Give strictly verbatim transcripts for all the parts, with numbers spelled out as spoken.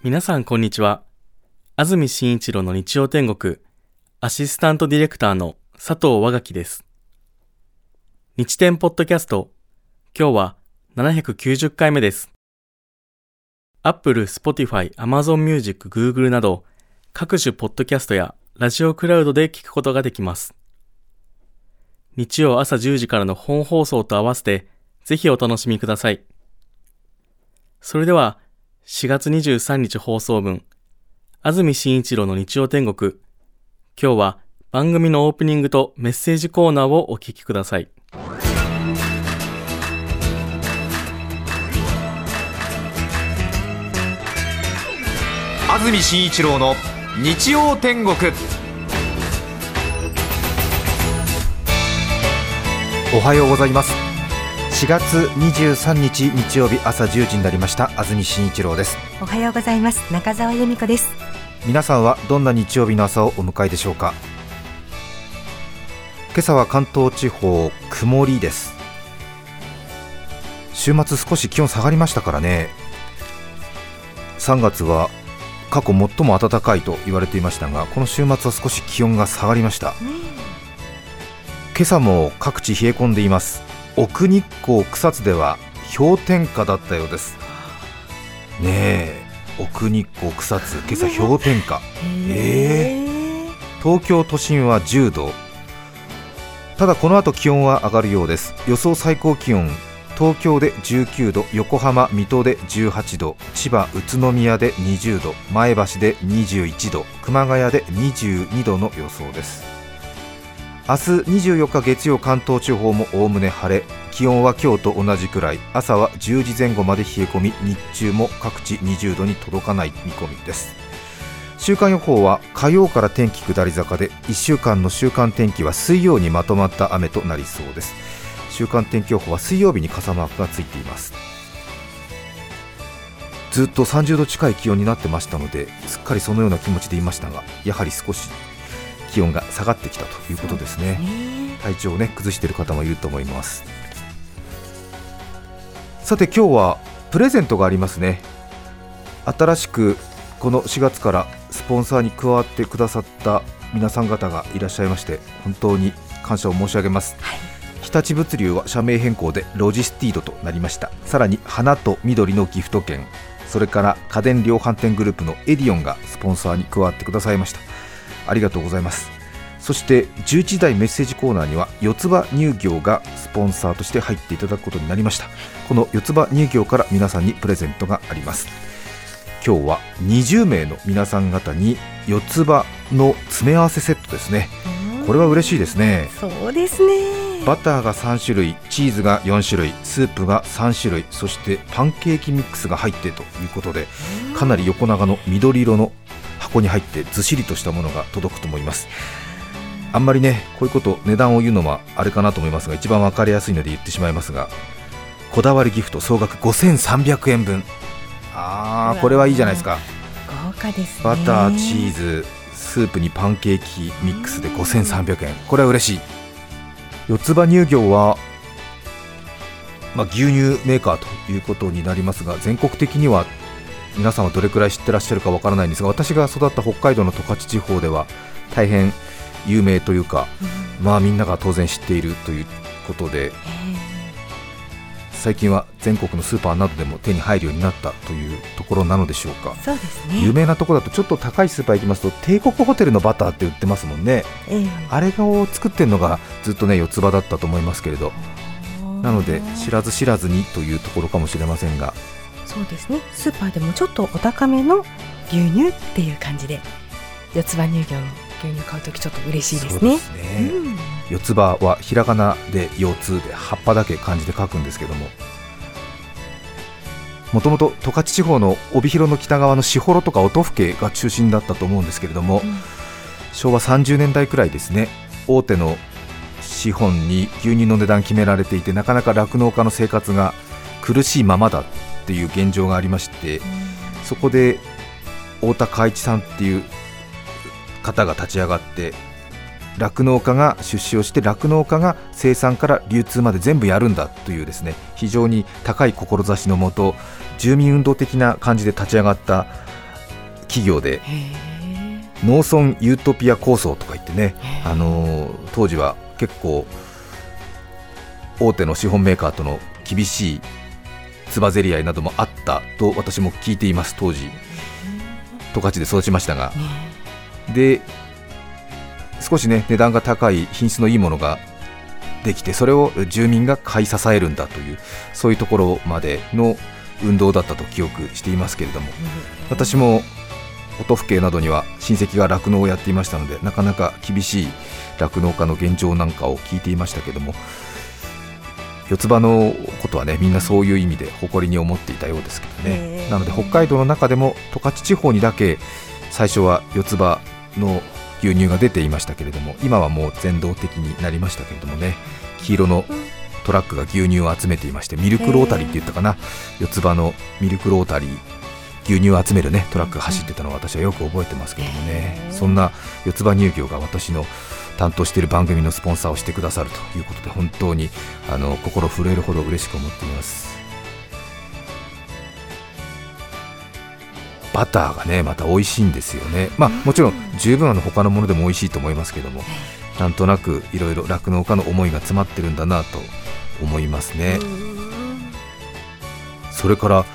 皆さんこんにちは。安住紳一郎の日曜天国、アシスタントディレクターの佐藤和垣です。日天ポッドキャスト、今日はななひゃくきゅうじゅっかいめです。Apple、Spotify、Amazon Music、Google など各種ポッドキャストやラジオクラウドで聞くことができます。日曜朝じゅうじからの本放送と合わせてぜひお楽しみください。それではしがつにじゅうさんにち放送分、安住紳一郎の日曜天国。今日は番組のオープニングとメッセージコーナーをお聞きください。 安住紳一郎の日曜天国。おはようございます。しがつにじゅうさんにち日曜日朝じゅうじになりました。安住紳一郎です。 おはようございます。中澤由美子です。 皆さんはどんな日曜日の朝をお迎えでしょうか。今朝は関東地方曇りです。週末少し気温下がりましたからね。さんがつは過去最も暖かいと言われていましたが、この週末は少し気温が下がりました。今朝も各地冷え込んでいます。奥日光草津では氷点下だったようですね。え奥日光草津今朝氷点下えー、東京都心はじゅうど。ただこの後気温は上がるようです。予想最高気温、東京でじゅうきゅうど、横浜水戸でじゅうはちど、千葉宇都宮でにじゅうど、前橋でにじゅういちど、熊谷でにじゅうにどの予想です。明日にじゅうよっか月曜、関東地方もおおむね晴れ、気温は今日と同じくらい、朝はじゅうじぜん後まで冷え込み、日中も各地にじゅうどに届かない見込みです。週間予報は火曜から天気下り坂で、いっしゅうかんの週間天気は水曜にまとまった雨となりそうです。週間天気予報は水曜日に傘マークがついています。ずっとさんじゅうど近い気温になってましたので、すっかりそのような気持ちでいましたが、やはり少し気温が下がってきたということですね。体調をね崩している方もいると思います。さて今日はプレゼントがありますね。新しくこのしがつからスポンサーに加わってくださった皆さん方がいらっしゃいまして、本当に感謝を申し上げます、はい。日立物流は社名変更でロジスティードとなりました。さらに花と緑のギフト券、それから家電量販店グループのエディオンがスポンサーに加わってくださいました。ありがとうございます。そしてじゅういちじ台メッセージコーナーには四つ葉乳業がスポンサーとして入っていただくことになりました。この四つ葉乳業から皆さんにプレゼントがあります。今日はにじゅうめいの皆さん方に四つ葉の詰め合わせセットですね。これは嬉しいですね。 そうですね。 バターがさんしゅるい、チーズがよんしゅるい、スープがさんしゅるい、そしてパンケーキミックスが入ってということで、かなり横長の緑色の箱に入ってずしりとしたものが届くと思います。あんまりねこういうこと値段を言うのはあれかなと思いますが、一番わかりやすいので言ってしまいますが、こだわりギフト総額ごせんさんびゃくえんぶん。あーこれはいいじゃないですか。 豪華ですね。 バター、チーズ、スープにパンケーキミックスでごせんさんびゃくえん、これは嬉しい。四つ葉乳業は、まあ、牛乳メーカーということになりますが、全国的には皆さんはどれくらい知ってらっしゃるかわからないんですが、私が育った北海道の十勝地方では大変有名というか、うん、まあみんなが当然知っているということで、最近は全国のスーパーなどでも手に入るようになったというところなのでしょうか。 そうですね。 有名なところだとちょっと高いスーパー行きますと帝国ホテルのバターって売ってますもんね、えー、あれを作ってるのがずっとね四つ葉だったと思いますけれど、なので知らず知らずにというところかもしれませんが、 そうですね。スーパーでもちょっとお高めの牛乳っていう感じで、四つ葉乳業の牛乳買うときちょっと嬉しいですね。 そうですね、うん、四つ葉はひらがなで腰痛で葉っぱだけ漢字で書くんですけども、もともと十勝地方の帯広の北側の士幌とか音更が中心だったと思うんですけれども、うん、しょうわさんじゅうねんだいくらいですね、大手の資本に牛乳の値段決められていて、なかなか酪農家の生活が苦しいままだっていう現状がありまして、うん、そこで太田海一さんっていう方が立ち上がって、酪農家が出資をして、酪農家が生産から流通まで全部やるんだというですね、非常に高い志のもと、住民運動的な感じで立ち上がった企業で農村ユートピア構想とか言ってね、あのー、当時は結構大手の資本メーカーとの厳しいつばぜり合いなどもあったと私も聞いています。当時十勝で育ちましたが、で少しね値段が高い品質のいいものができて、それを住民が買い支えるんだという、そういうところまでの運動だったと記憶していますけれども、私も音府県などには親戚が酪農をやっていましたので、なかなか厳しい酪農家の現状なんかを聞いていましたけども、四つ葉のことはねみんなそういう意味で誇りに思っていたようですけどね。なので北海道の中でも十勝地方にだけ最初は四つ葉の牛乳が出ていましたけれども、今はもう全道的になりましたけれどもね、黄色のトラックが牛乳を集めていまして、ミルクロータリーって言ったかな、四つ葉のミルクロータリー、牛乳を集めるねトラックが走ってたのを私はよく覚えてますけどもね。そんな四つ葉乳業が私の担当している番組のスポンサーをしてくださるということで、本当にあの心震えるほど嬉しく思っています。バターがねまた美味しいんですよね。まあもちろん十分あの他のものでも美味しいと思いますけども、なんとなくいろいろ酪農家の思いが詰まってるんだなと思いますね。それから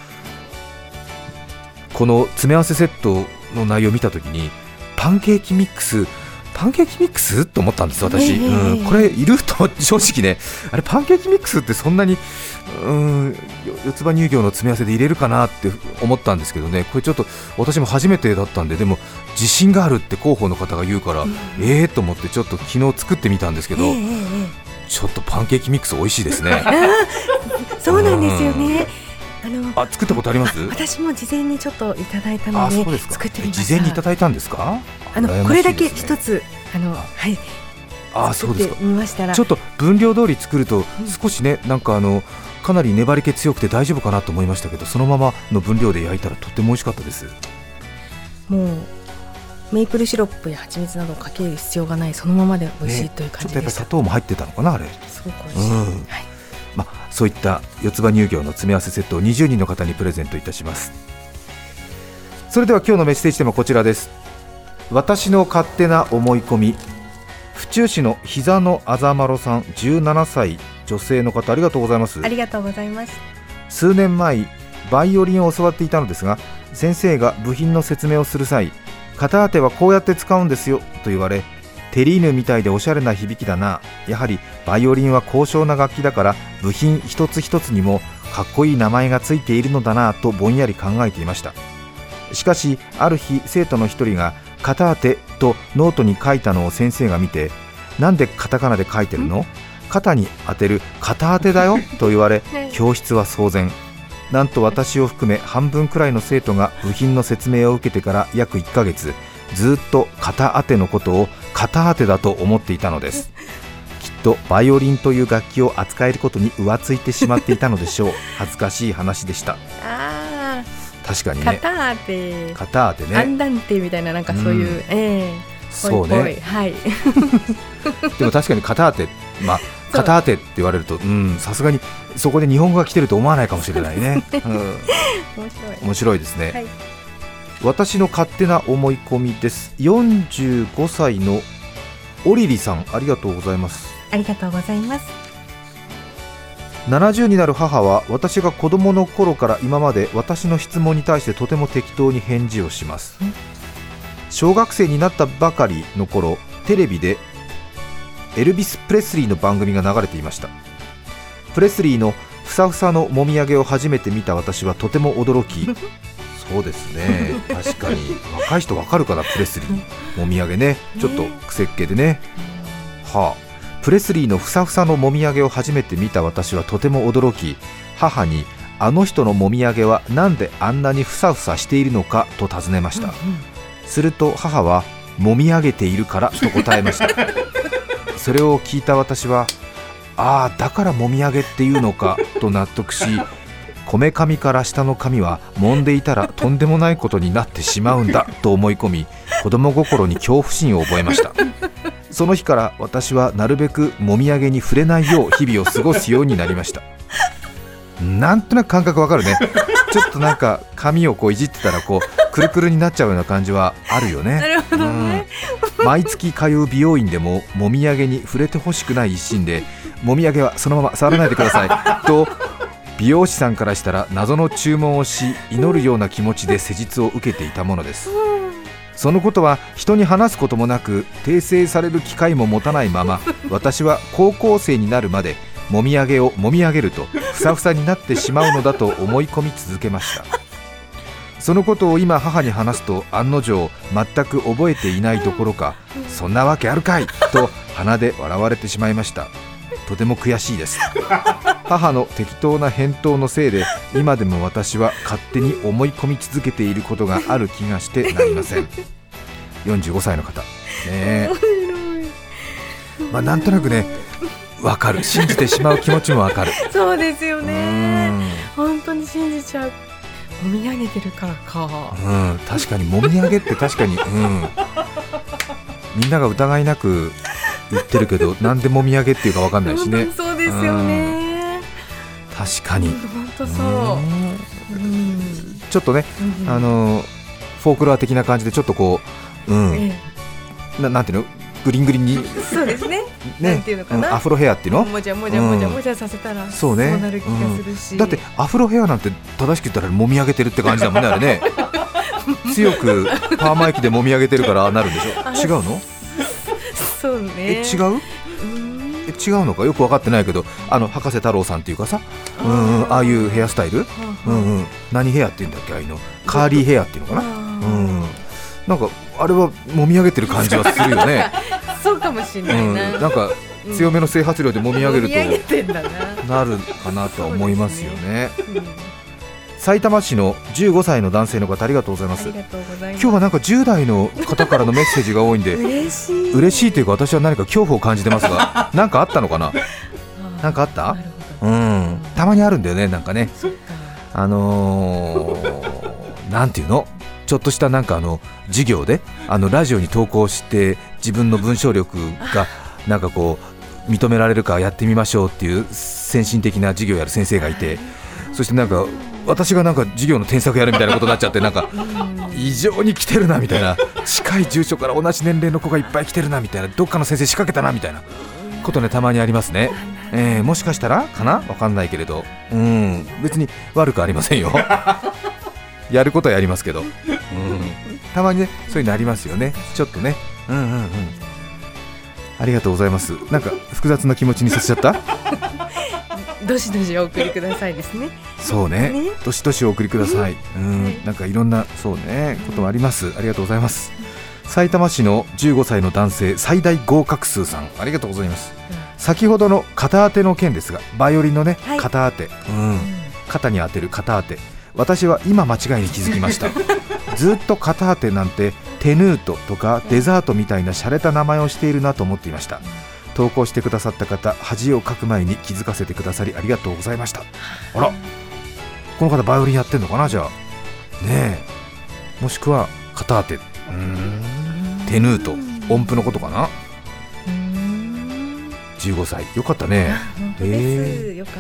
この詰め合わせセットの内容を見たときに、パンケーキミックスパンケーキミックスと思ったんです私、うん、これいると正直ね、あれパンケーキミックスってそんなにうん四つ葉乳業の詰め合わせで入れるかなって思ったんですけどね、これちょっと私も初めてだったんで、でも自信があるって広報の方が言うから、うん、えーと思ってちょっと昨日作ってみたんですけど、えー、ちょっとパンケーキミックス美味しいですねそうなんですよね。あのあ作ったことあります？ 私も事前にちょっといただいたので作ってみました。 事前にいただいたんですか？ あのこれだけ一つあのはいあそうですか。 作ってみましたら、 ちょっと分量通り作ると少しね、うん、なんかあのかなり粘り気強くて大丈夫かなと思いましたけど、そのままの分量で焼いたらとっても美味しかったです。 もうメープルシロップや蜂蜜などをかける必要がない、そのままで美味しいという感じでした、ね、ちょっとやっぱり砂糖も入ってたのかな、あれすごく美味しい、うんはいまあ、そういった四つ葉乳業の詰め合わせセットをにじゅうにんの方にプレゼントいたします。それでは今日のメッセージテーマこちらです。私の勝手な思い込み。府中市の膝のあざまろさん、じゅうななさい女性の方、ありがとうございます。 ありがとうございます。 数年前バイオリンを教わっていたのですが、先生が部品の説明をする際、片当てはこうやって使うんですよと言われ、テリーヌみたいでおしゃれな響きだな、やはりバイオリンは高尚な楽器だから部品一つ一つにもかっこいい名前がついているのだなとぼんやり考えていました。しかしある日、生徒の一人が片当てとノートに書いたのを先生が見て、なんでカタカナで書いてるの？肩に当てる片当てだよと言われ、教室は騒然。なんと私を含め半分くらいの生徒が部品の説明を受けてから約いっかげつ、ずっと片当てのことを片当てだと思っていたのです。きっとバイオリンという楽器を扱えることに浮ついてしまっていたのでしょう。恥ずかしい話でした。 あ確かにね、 片当て片当てね、 アンダンテみたいな、なんかそういう、うん、えーそうね、 ぽいぽいはい、 でも確かに片当て、まあ、片当てって言われるとさすがにそこで日本語が来てると思わないかもしれないね、うん、面白い面白いですね、 はい、 私の勝手な思い込みです。よんじゅうごさいのオリリさん、ありがとうございます。 ありがとうございます。 ななじゅうになる母は私が子供の頃から今まで私の質問に対してとても適当に返事をします。小学生になったばかりの頃、テレビでエルビス・プレスリーの番組が流れていました。プレスリーのふさふさのもみあげを初めて見た私はとても驚きそうですね、確かに若い人わかるかな、プレスリーもみあげね、ちょっと癖っ気でね、はあ、プレスリーのふさふさのもみあげを初めて見た私はとても驚き、母にあの人のもみあげはなんであんなにふさふさしているのかと尋ねました。うんうん、すると母はもみあげているからと答えましたそれを聞いた私は、ああだからもみあげっていうのかと納得し、こめかみから下の髪は揉んでいたらとんでもないことになってしまうんだと思い込み、子供心に恐怖心を覚えました。その日から私はなるべくもみあげに触れないよう日々を過ごすようになりました。なんとなく感覚わかるね。ちょっとなんか髪をこういじってたらこうくるくるになっちゃうような感じはあるよね。 なるほどね、 うん、毎月通う美容院でももみあげに触れてほしくない一心で、もみあげはそのまま触らないでくださいと美容師さんからしたら謎の注文をし、祈るような気持ちで施術を受けていたものです。そのことは人に話すこともなく、訂正される機会も持たないまま、私は高校生になるまでもみあげをもみあげるとふさふさになってしまうのだと思い込み続けました。そのことを今母に話すと、案の定全く覚えていないどころか、そんなわけあるかいと鼻で笑われてしまいました。とても悔しいです。母の適当な返答のせいで、今でも私は勝手に思い込み続けていることがある気がしてなりません。よんじゅうごさいの方、ね、まあ、なんとなくね、わかる、信じてしまう気持ちもわかる。 そうですよね、本当に信じちゃう。もみあげてるからか、 うん、確かにもみあげって確かに、うん、みんなが疑いなく言ってるけど、なんでもみあげっていうかわかんないしね。 そうですよね、 確かに本当そう、うん、 ちょっとね、うん、あのフォークロア的な感じでちょっとこう、うん、な, なんていうの、グリングリンに、 そうですね、ね、なんていうのかな、 うん、アフロヘアっていうの、 もじゃもじゃもじゃもじゃさせたら、うん、そうね、そうなる気がするし、 うん、だってアフロヘアなんて正しく言ったらもみあげてるって感じだもんね、あれね。強くパーマ液でもみあげてるからなるんでしょ。違うの？ そうね。 え、違う？え、違うのかよく分かってないけど、あの博士太郎さんっていうかさ、うんうん、ああいうヘアスタイル、うんうん、何ヘアって言うんだっけ、ああいうのカーリーヘアっていうのかな、うん、なんかあれはもみあげてる感じはするよね。 そうかもしれないな、 うん、なんか強めの整髪量でもみあげるとなるかなとは思いますよね。埼玉市のじゅうごさいの男性の方、ありがとうございます。 ありがとうございます。 今日はなんかじゅう代の方からのメッセージが多いんで嬉しい嬉しいというか、私は何か恐怖を感じてますが、何かあったのかな。何かあった？うん、たまにあるんだよね、なんかね。 そっか、 あのー、なんていうの、ちょっとしたなんかあの授業であのラジオに投稿して自分の文章力がなんかこう認められるかやってみましょうっていう先進的な授業をやる先生がいて、そしてなんか私がなんか授業の添削やるみたいなことになっちゃって、なんか異常に来てるなみたいな、近い住所から同じ年齢の子がいっぱい来てるなみたいな、どっかの先生仕掛けたなみたいなことね、たまにありますね。えー、もしかしたらかな、わかんないけれど、うん、別に悪くありませんよ。やることはやりますけど、うん、たまにね、そういうのありますよね、ちょっとね、うんうんうん、ありがとうございます。なんか複雑な気持ちにさせちゃった。 どしどしお送りくださいですね。 そうね、ね、どしどしお送りください、うん、はい、なんかいろんなそうねこともあります。ありがとうございます。埼玉市のじゅうごさいの男性、最大合格数さん、ありがとうございます、うん、先ほどの肩当ての件ですが、バイオリンのね、はい、肩当て、うん、肩に当てる肩当て、私は今間違いに気づきました。ずっと肩当てなんてテヌートとかデザートみたいな洒落た名前をしているなと思っていました。投稿してくださった方、恥をかく前に気づかせてくださりありがとうございました。あら、この方バイオリンやってんのかな、じゃあねえ、もしくは肩当て、うーん、テヌート、音符のことかな。じゅうごさい、よかったね。 えー、よかった。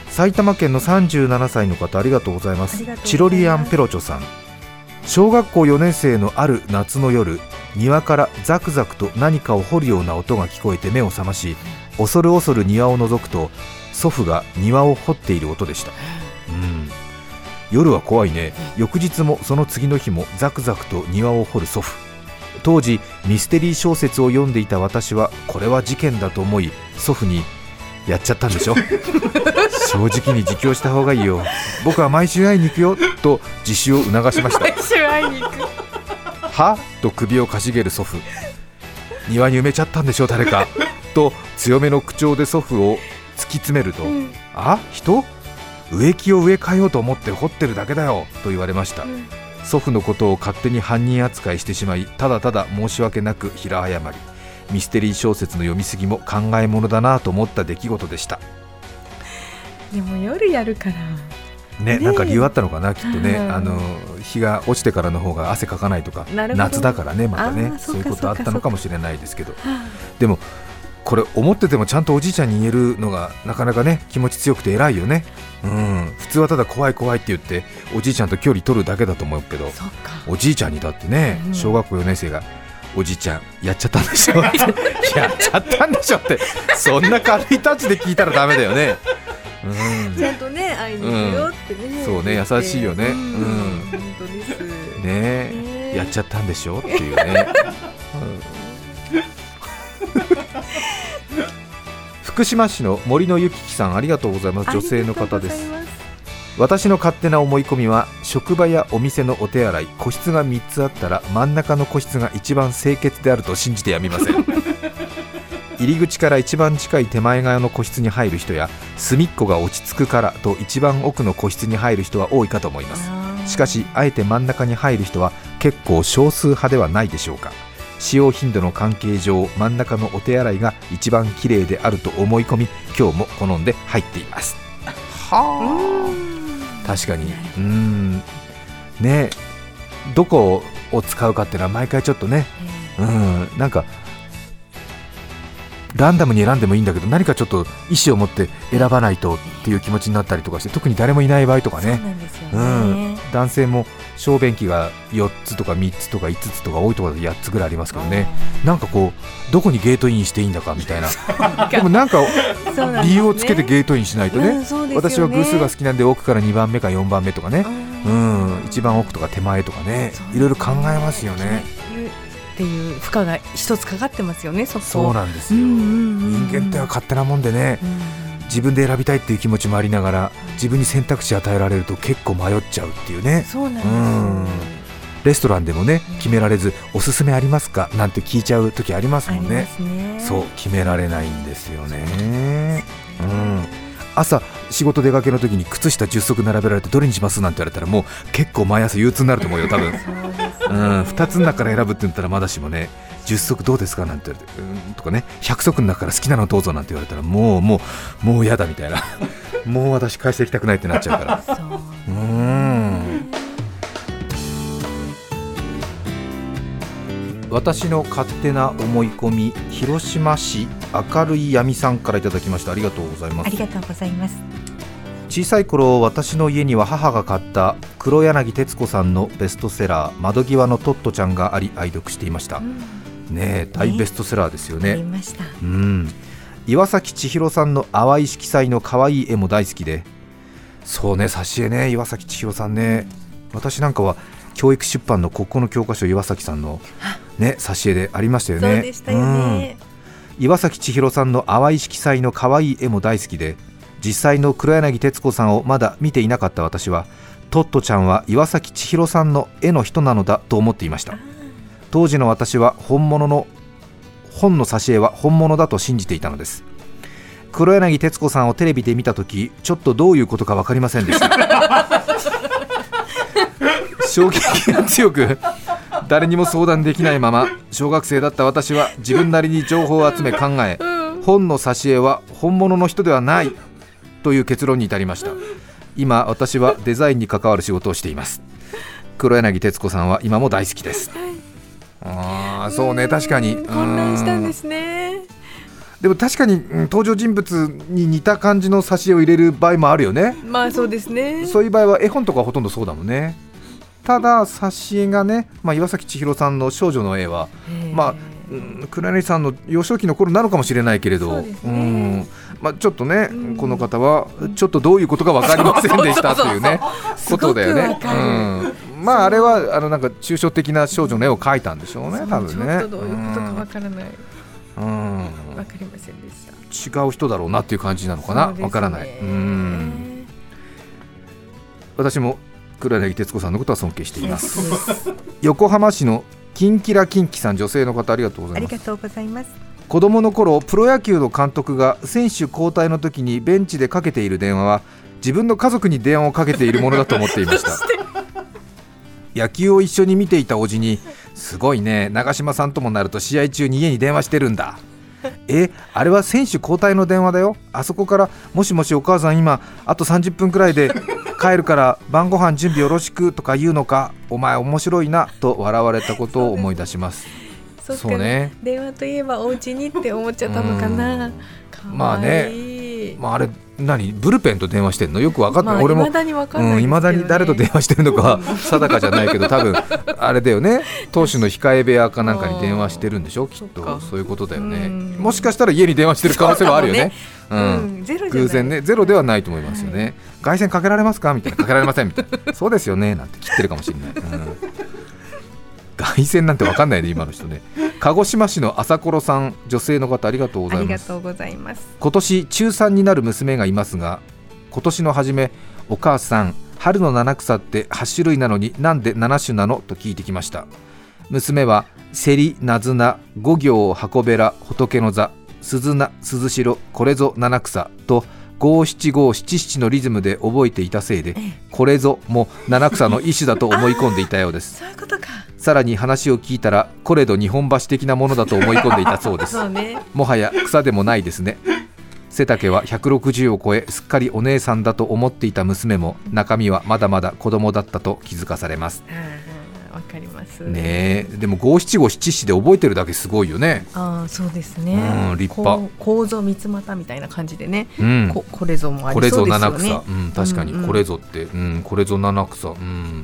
埼玉県のさんじゅうななさいの方、ありがとうございます。チロリアンペロチョさん、小学校よねん生のある夏の夜、庭からザクザクと何かを掘るような音が聞こえて目を覚まし、恐る恐る庭を覗くと祖父が庭を掘っている音でした。うん、夜は怖いね。翌日もその次の日もザクザクと庭を掘る祖父。当時ミステリー小説を読んでいた私は、これは事件だと思い、祖父にやっちゃったんでしょ。正直に自供した方がいいよ、僕は毎週会いに行くよと自首を促しました。 毎週会いに行くはと首をかしげる祖父。庭に埋めちゃったんでしょ誰かと強めの口調で祖父を突き詰めると、うん、あ、人、植木を植え替えようと思って掘ってるだけだよと言われました、うん、祖父のことを勝手に犯人扱いしてしまい、ただただ申し訳なく平謝り。ミステリー小説の読みすぎも考えものだなと思った出来事でした。 でも夜やるからね、なんか理由あったのかな、きっとね、あの日が落ちてからの方が汗かかないとか、夏だからね、またね、そういうことあったのかもしれないですけど、でもここれ思っててもちゃんとおじいちゃんに言えるのがなかなかね気持ち強くて偉いよね、うん、普通はただ怖い怖いって言っておじいちゃんと距離取るだけだと思うけど、おじいちゃんにだってね、うん、小学校よねん生がおじいちゃんやっちゃったんでしょやっちゃったんでしょってそんな軽いタッチで聞いたらダメだよね、 うん、ちゃんとね会いに行くよってね、うん、 そうね優しいよね、うん、うん、 本当ですねえ、やっちゃったんでしょっていうね、うん、福島市の森のゆききさんありがとうございます。女性の方です。私の勝手な思い込みは職場やお店のお手洗い個室がみっつあったら真ん中の個室が一番清潔であると信じてやみません入り口から一番近い手前側の個室に入る人や隅っこが落ち着くからと一番奥の個室に入る人は多いかと思います。しかしあえて真ん中に入る人は結構少数派ではないでしょうか。使用頻度の関係上真ん中のお手洗いが一番綺麗であると思い込み今日も好んで入っています。はあ確かにうーんねどこを使うかっていうのは毎回ちょっとね、うんなんかランダムに選んでもいいんだけど何かちょっと意思を持って選ばないとっていう気持ちになったりとかして、特に誰もいない場合とかね、うん、男性も小便器がよっつとかみっつとかいつつとか多いところでやっつぐらいありますけどね、なんかこうどこにゲートインしていいんだかみたいなでもなんか理由をつけてゲートインしないと ね,、うん、ね私は偶数が好きなんで奥からにばんめかよんばんめとかね、うん、一番奥とか手前とかねいろいろ考えますよねっていう負荷が一つかかってますよね。そこそうなんですよ、うんうんうん、人間っては勝手なもんでね、うん、自分で選びたいっていう気持ちもありながら自分に選択肢与えられると結構迷っちゃうっていうね。 そうなんですよ、うん、 レストランでもね決められずおすすめありますかなんて聞いちゃう時ありますもん ね, ねそう決められないんですよね、うん、朝仕事出かけの時に靴下じゅっそく並べられてどれにしますなんて言われたらもう結構毎朝憂鬱になると思うよ多分うん、ふたつの中から選ぶって言ったらまだしもねじゅっそくどうですかなんて言われてうんとかねひゃくそくの中から好きなのどうぞなんて言われたらもうもうもう嫌だみたいなもう私会社行きたくないってなっちゃうからそう、うーん私の勝手な思い込み広島市明るい闇さんからいただきました。ありがとうございます。 ありがとうございます。 小さい頃私の家には母が買った黒柳徹子さんのベストセラー窓際のトットちゃんがあり愛読していました、うん、ねえ大ベストセラーですよね。 ありました。 うん、岩崎千尋さんの淡い色彩の可愛い絵も大好きで、そうね挿絵ね岩崎千尋さんね、私なんかは教育出版の国語の教科書岩崎さんのね挿絵でありましたよね。 そうでしたよね、 うん、岩崎千尋さんの淡い色彩の可愛い絵も大好きで、実際の黒柳徹子さんをまだ見ていなかった私はトットちゃんは岩崎千尋さんの絵の人なのだと思っていました。当時の私は本物の本の挿絵は本物だと信じていたのです。黒柳徹子さんをテレビで見たときちょっとどういうことか分かりませんでした衝撃が強く誰にも相談できないまま小学生だった私は自分なりに情報を集め考え、本の挿絵は本物の人ではないという結論に至りました。今私はデザインに関わる仕事をしています。黒柳徹子さんは今も大好きです。あそうね確かに混乱したんですね。 でも確かに登場人物に似た感じの挿絵を入れる場合もあるよね。 まあそうですね。 そういう場合は絵本とかほとんどそうだもんね。ただ挿絵がね、まあ、岩崎千尋さんの少女の絵はまあうん、黒柳さんの幼少期の頃なのかもしれないけれど、う、ね、うんまあ、ちょっとね、うん、この方はちょっとどういうことか分かりませんでしたというねことだよね、うん、まああれはあのなんか抽象的な少女の絵を描いたんでしょうね多分ね。 ちょっとどういうことか分からない、うん、分かりませんでした。違う人だろうなっていう感じなのかな、分からない。うん、私も黒柳徹子さんのことは尊敬しています横浜市のキンキラキンキさん、女性の方ありがとうございます。 ありがとうございます。 子供の頃プロ野球の監督が選手交代の時にベンチでかけている電話は自分の家族に電話をかけているものだと思っていました野球を一緒に見ていたおじにすごいね長嶋さんともなると試合中に家に電話してるんだえあれは選手交代の電話だよ。あそこからもしもしお母さん今あとさんじゅっぷんくらいで帰るから晩ご飯準備よろしくとか言うのか、お前面白いなと笑われたことを思い出しますそっか、 そうね、 電話といえばお家にって思っちゃったのかな。かわいい。 まあね、まあ、あれ何ブルペンと電話してんのよく分かんない、 まあ、 俺も未だに分かんないですけどね、 うん、未だに誰と電話してるのか定かじゃないけど、多分あれだよね、投手の控え部屋かなんかに電話してるんでしょ、きっと。そういうことだよね。もしかしたら家に電話してる可能性はあるよね。うん、偶然ね、ゼロではないと思いますよね、はい、外線かけられますかみたいな、かけられませんみたいなそうですよねなんて切ってるかもしれない、うん、外線なんて分かんないね今の人ね。鹿児島市の朝ころさん、女性の方、ありがとうございます。 ありがとうございます。 今年中さんになる娘がいますが、今年の初め、お母さん、春の七草ってはち種類なのになんでなな種なのと聞いてきました。娘はセリ、ナズナ、五行、箱べら、仏の座、鈴名、鈴代、これぞ七草と五七五七七のリズムで覚えていたせいで、これぞも七草の一種だと思い込んでいたようです。 そういうことか。 さらに話を聞いたら、これど日本橋的なものだと思い込んでいたそうです。 そうね、 もはや草でもないですね。背丈はひゃくろくじゅうを超え、すっかりお姉さんだと思っていた娘も、中身はまだまだ子供だったと気づかされます。 わかりますね。でも五七五七七で覚えてるだけすごいよね。 ああ、そうですね、 うん、立派。 構造三つ股みたいな感じでね、 うん、 こ, これぞもありそうですよね。 これぞ七草、うん、確かにこれぞって、うんうん、これぞ七草、うん、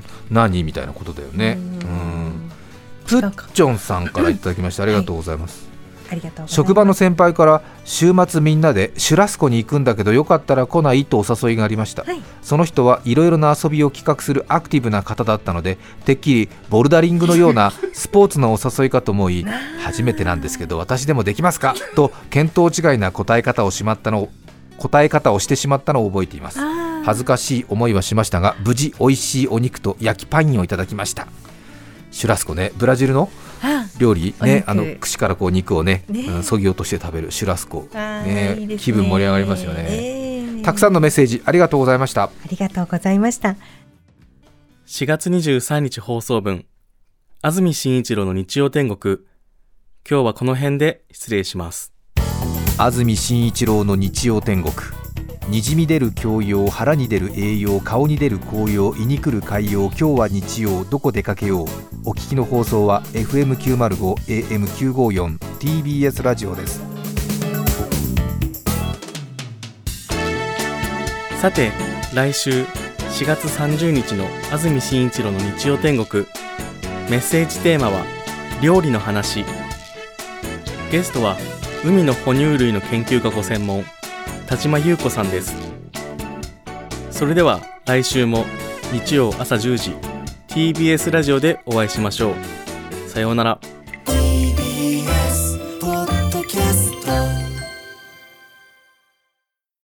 何みたいなことだよね。うん、うん、プッチョンさんからいただきましたありがとうございます。 ありがとうございます。 職場の先輩から週末みんなでシュラスコに行くんだけどよかったら来ないとお誘いがありました、はい、その人はいろいろな遊びを企画するアクティブな方だったので、てっきりボルダリングのようなスポーツのお誘いかと思い初めてなんですけど私でもできますかと見当違いな答え方をしまったの答え方をしてしまったのを覚えています。恥ずかしい思いはしましたが、無事美味しいお肉と焼きパンをいただきました。シュラスコね、ブラジルの料理ね、あの串からこう肉をね、ね、うん、そぎ落として食べるシュラスコ、ね、いいね、気分盛り上がりますよね、えー、たくさんのメッセージありがとうございました。ありがとうございました。 しがつにじゅうさんにち放送分、安住紳一郎の日曜天国。今日はこの辺で失礼します。 安住紳一郎の日曜天国。にじみ出る教養、腹に出る栄養、顔に出る紅葉、胃に来る海洋、今日は日曜、どこ出かけよう。お聞きの放送は エフエムきゅうまるご、エーエムきゅうごよん ティービーエス ラジオです。 さて、来週しがつさんじゅうにちの安住紳一郎の日曜天国、メッセージテーマは料理の話。ゲストは海の哺乳類の研究がご専門、田島優子さんです。それでは来週も日曜朝じゅうじ ティービーエス ラジオでお会いしましょう。さようなら。